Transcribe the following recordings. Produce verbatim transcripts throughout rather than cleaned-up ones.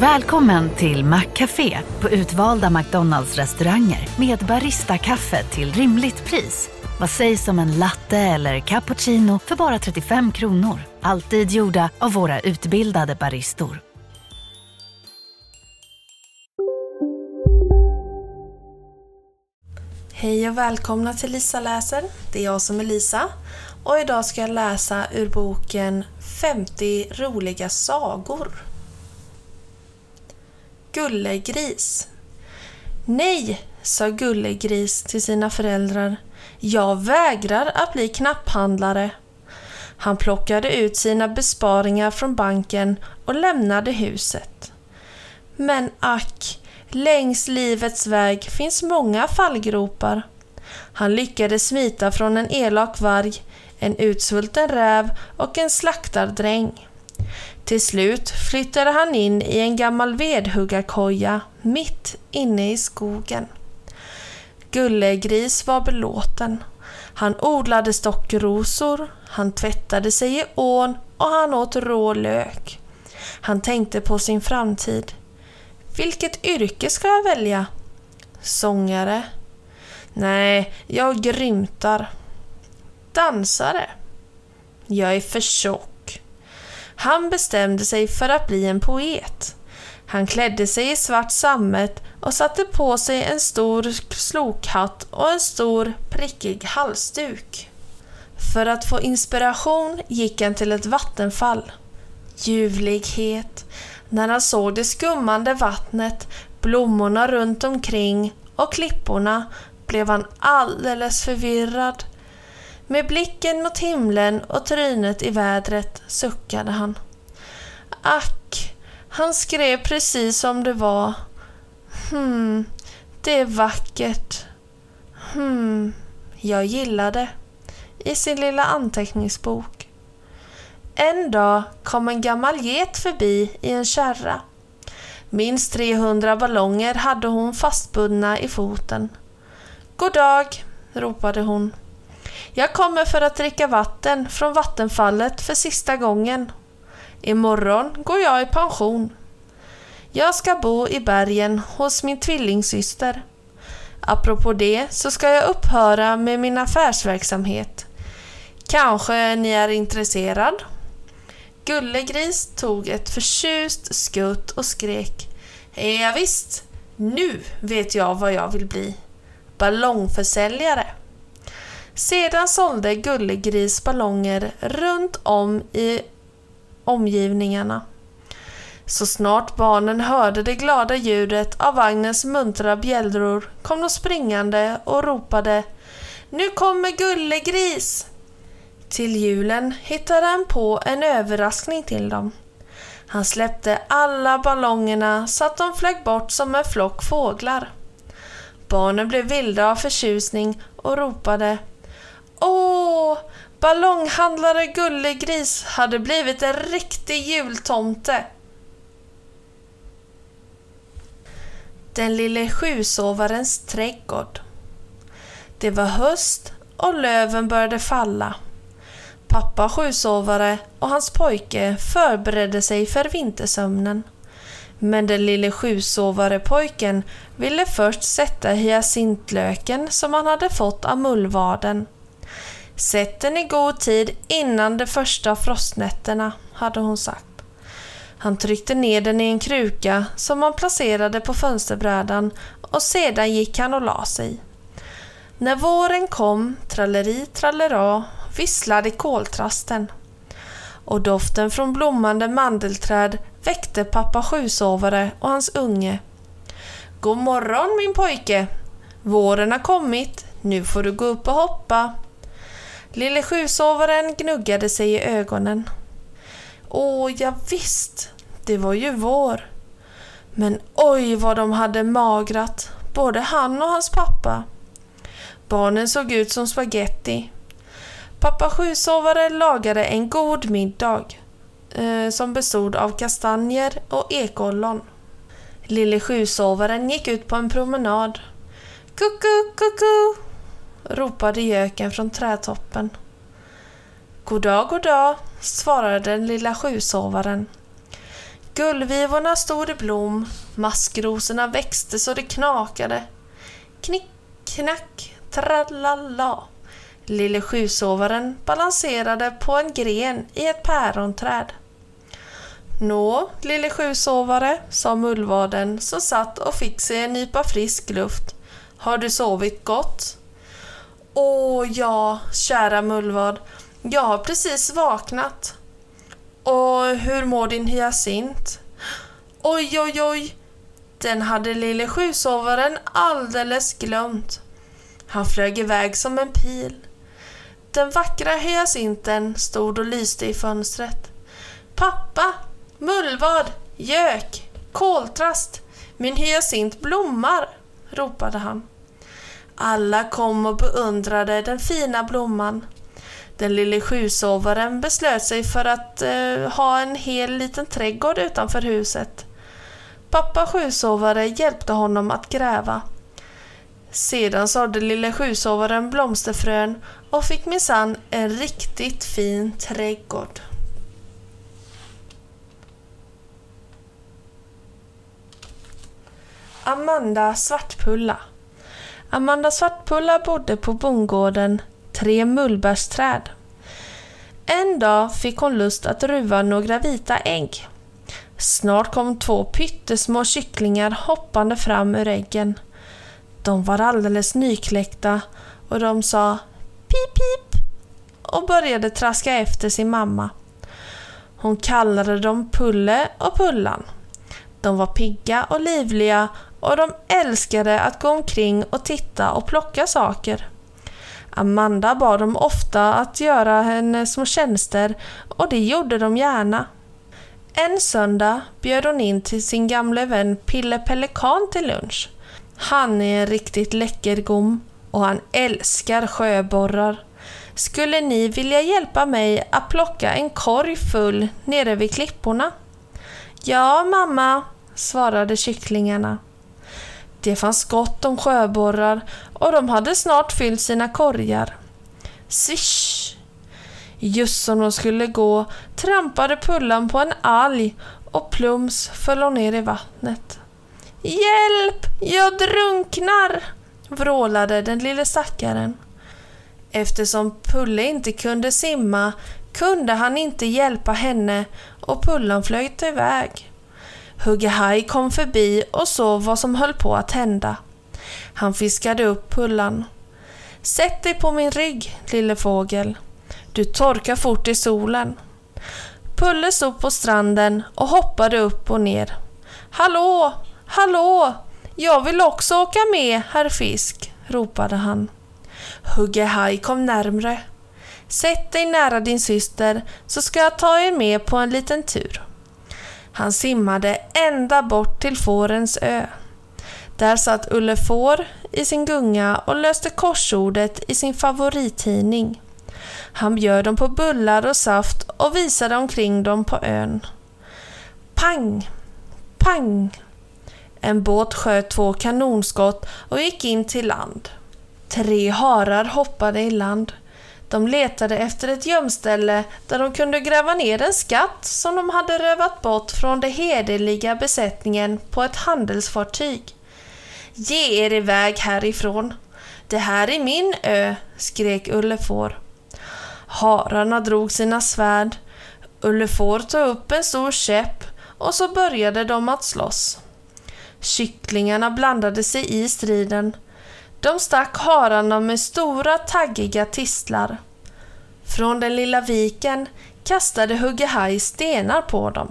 Välkommen till Maccafé på utvalda McDonalds-restauranger med Barista-kaffe till rimligt pris. Vad sägs om en latte eller cappuccino för bara trettiofem kronor? Alltid gjorda av våra utbildade baristor. Hej och välkomna till Lisa läser. Det är jag som är Lisa. Och idag ska jag läsa ur boken femtio roliga sagor. Gullegris. Nej, sa Gullegris till sina föräldrar. Jag vägrar att bli knapphandlare. Han plockade ut sina besparingar från banken och lämnade huset. Men ack, längs livets väg finns många fallgropar. Han lyckades smita från en elak varg, en utsvulten räv och en slaktardräng. Till slut flyttade han in i en gammal vedhuggarkoja mitt inne i skogen. Gullegris var belåten. Han odlade stockrosor, han tvättade sig i ån och han åt rå lök. Han tänkte på sin framtid. Vilket yrke ska jag välja? Sångare? Nej, jag grymtar. Dansare? Jag är för tjock. Han bestämde sig för att bli en poet. Han klädde sig i svart sammet och satte på sig en stor slokhatt och en stor prickig halsduk. För att få inspiration gick han till ett vattenfall. Ljuvlighet, när han såg det skummande vattnet, blommorna runt omkring och klipporna, blev han alldeles förvirrad. Med blicken mot himlen och trynet i vädret suckade han. Ack, han skrev precis som det var. Hmm, det är vackert. Hmm, jag gillar det. I sin lilla anteckningsbok. En dag kom en gammal get förbi i en kärra. Minst trehundra ballonger hade hon fastbundna i foten. God dag, ropade hon. Jag kommer för att dricka vatten från vattenfallet för sista gången. Imorgon går jag i pension. Jag ska bo i bergen hos min tvillingsyster. Apropå det så ska jag upphöra med min affärsverksamhet. Kanske ni är intresserad? Gullegris tog ett förtjust skutt och skrek. Ja visst, nu vet jag vad jag vill bli. Ballongförsäljare. Sedan sålde Gullegris ballonger runt om i omgivningarna. Så snart barnen hörde det glada ljudet av vagnens muntra bjällror kom de springande och ropade: Nu kommer Gullegris! Till julen hittade han på en överraskning till dem. Han släppte alla ballongerna så att de flög bort som en flock fåglar. Barnen blev vilda av förtjusning och ropade: Åh, ballonghandlare Gullegris hade blivit en riktig jultomte. Den lille sjusovarens trädgård. Det var höst och löven började falla. Pappa sjusovare och hans pojke förberedde sig för vintersömnen. Men den lille sjusovare pojken ville först sätta hyacintlöken som han hade fått av mullvaden. Sätt den i god tid innan de första frostnätterna, hade hon sagt. Han tryckte ner den i en kruka som han placerade på fönsterbrädan och sedan gick han och la sig. När våren kom, tralleri trallera, visslade koltrasten. Och doften från blommande mandelträd väckte pappa sjusovare och hans unge. God morgon min pojke, våren har kommit, nu får du gå upp och hoppa. Lille sjusovaren gnuggade sig i ögonen. Åh, ja visst, det var ju vår. Men oj vad de hade magrat, både han och hans pappa. Barnen såg ut som spaghetti. Pappa sjusovare lagade en god middag eh, som bestod av kastanjer och ekollon. Lille sjusovaren gick ut på en promenad. Kucku, kucku, ropade göken från trädtoppen. God dag, god dag, svarade den lilla sjusovaren. Gullvivorna stod i blom, maskrosorna växte så det knakade. Knick, knack, trallala. Lille sjusovaren balanserade på en gren i ett päronträd. Nå, lille sjusovare, sa mullvaden som satt och fick sig en nypa frisk luft. Har du sovit gott? Åh ja, kära mullvad, jag har precis vaknat. Och hur mår din hyacint? Oj, oj, oj, den hade lille sjusovaren alldeles glömt. Han flög iväg som en pil. Den vackra hyacinten stod och lyste i fönstret. Pappa, mullvad, gök, koltrast, min hyacint blommar, ropade han. Alla kom och beundrade den fina blomman. Den lille sjusovaren beslöt sig för att eh, ha en hel liten trädgård utanför huset. Pappa sjusovare hjälpte honom att gräva. Sedan sådde lille sjusovaren blomsterfrön och fick minsann en riktigt fin trädgård. Amanda Svartpulla. Amanda Svartpulla bodde på bondgården Tre mullbärsträd. En dag fick hon lust att ruva några vita ägg. Snart kom två pyttesmå kycklingar hoppande fram ur äggen. De var alldeles nykläckta och de sa pip pip och började traska efter sin mamma. Hon kallade dem Pulle och Pullan. De var pigga och livliga och de älskade att gå omkring och titta och plocka saker. Amanda bad dem ofta att göra henne små tjänster och det gjorde de gärna. En söndag bjöd hon in till sin gamla vän Pille Pelikan till lunch. Han är en riktigt läcker gom och han älskar sjöborrar. Skulle ni vilja hjälpa mig att plocka en korg full nere vid klipporna? Ja, mamma, svarade kycklingarna. Det fanns gott om sjöborrar och de hade snart fyllt sina korgar. Swish! Just som de skulle gå trampade Pullan på en alg och plums föll hon ner i vattnet. Hjälp! Jag drunknar! Vrålade den lille stackaren. Eftersom Pulle inte kunde simma kunde han inte hjälpa henne och Pullan flög iväg. Hugge Haj kom förbi och såg vad som höll på att hända. Han fiskade upp Pullan. Sätt dig på min rygg, lille fågel. Du torkar fort i solen. Pulle stod på stranden och hoppade upp och ner. Hallå, hallå, jag vill också åka med, herr fisk, ropade han. Hugge Haj kom närmre. Sätt dig nära din syster så ska jag ta er med på en liten tur. Han simmade ända bort till fårens ö. Där satt Ulle Får i sin gunga och löste korsordet i sin favorittidning. Han bjöd dem på bullar och saft och visade omkring dem på ön. Pang! Pang! En båt sköt två kanonskott och gick in till land. Tre harar hoppade i land. De letade efter ett gömställe där de kunde gräva ner en skatt som de hade rövat bort från den hederliga besättningen på ett handelsfartyg. Ge er iväg härifrån. Det här är min ö, skrek Ulle Får. Hararna drog sina svärd. Ulle Får tog upp en stor käpp och så började de att slåss. Kycklingarna blandade sig i striden. De stack hararna med stora taggiga tistlar. Från den lilla viken kastade Hugge Haj stenar på dem.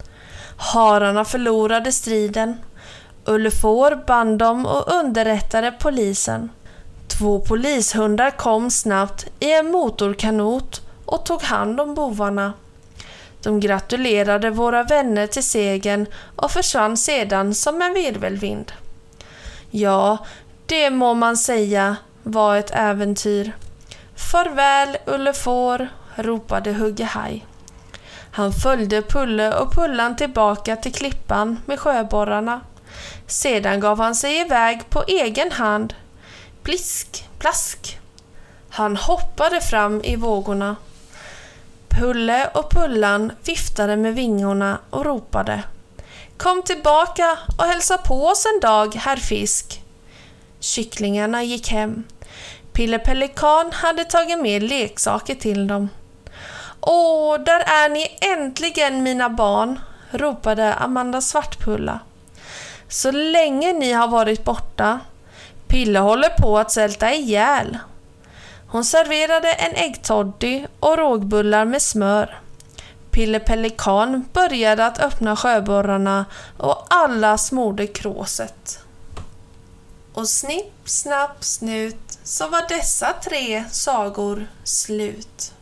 Hararna förlorade striden. Ulle Får band dem och underrättade polisen. Två polishundar kom snabbt i en motorkanot och tog hand om bovarna. De gratulerade våra vänner till segern och försvann sedan som en virvelvind. Ja, det må man säga var ett äventyr. Farväl, Ulle Får, ropade Hugge Haj. Han följde Pulle och Pullan tillbaka till klippan med sjöborrarna. Sedan gav han sig iväg på egen hand. Plisk, plask. Han hoppade fram i vågorna. Pulle och Pullan viftade med vingorna och ropade: Kom tillbaka och hälsa på oss en dag, herr fisk. Kycklingarna gick hem. Pille Pelikan hade tagit med leksaker till dem. Åh, där är ni äntligen, mina barn, ropade Amanda Svartpulla. Så länge ni har varit borta. Pille håller på att svälta ihjäl. Hon serverade en äggtoddy och rågbullar med smör. Pille Pelikan började att öppna sjöborrarna och alla smorde kråset. Och snipp, snapp, snut så var dessa tre sagor slut.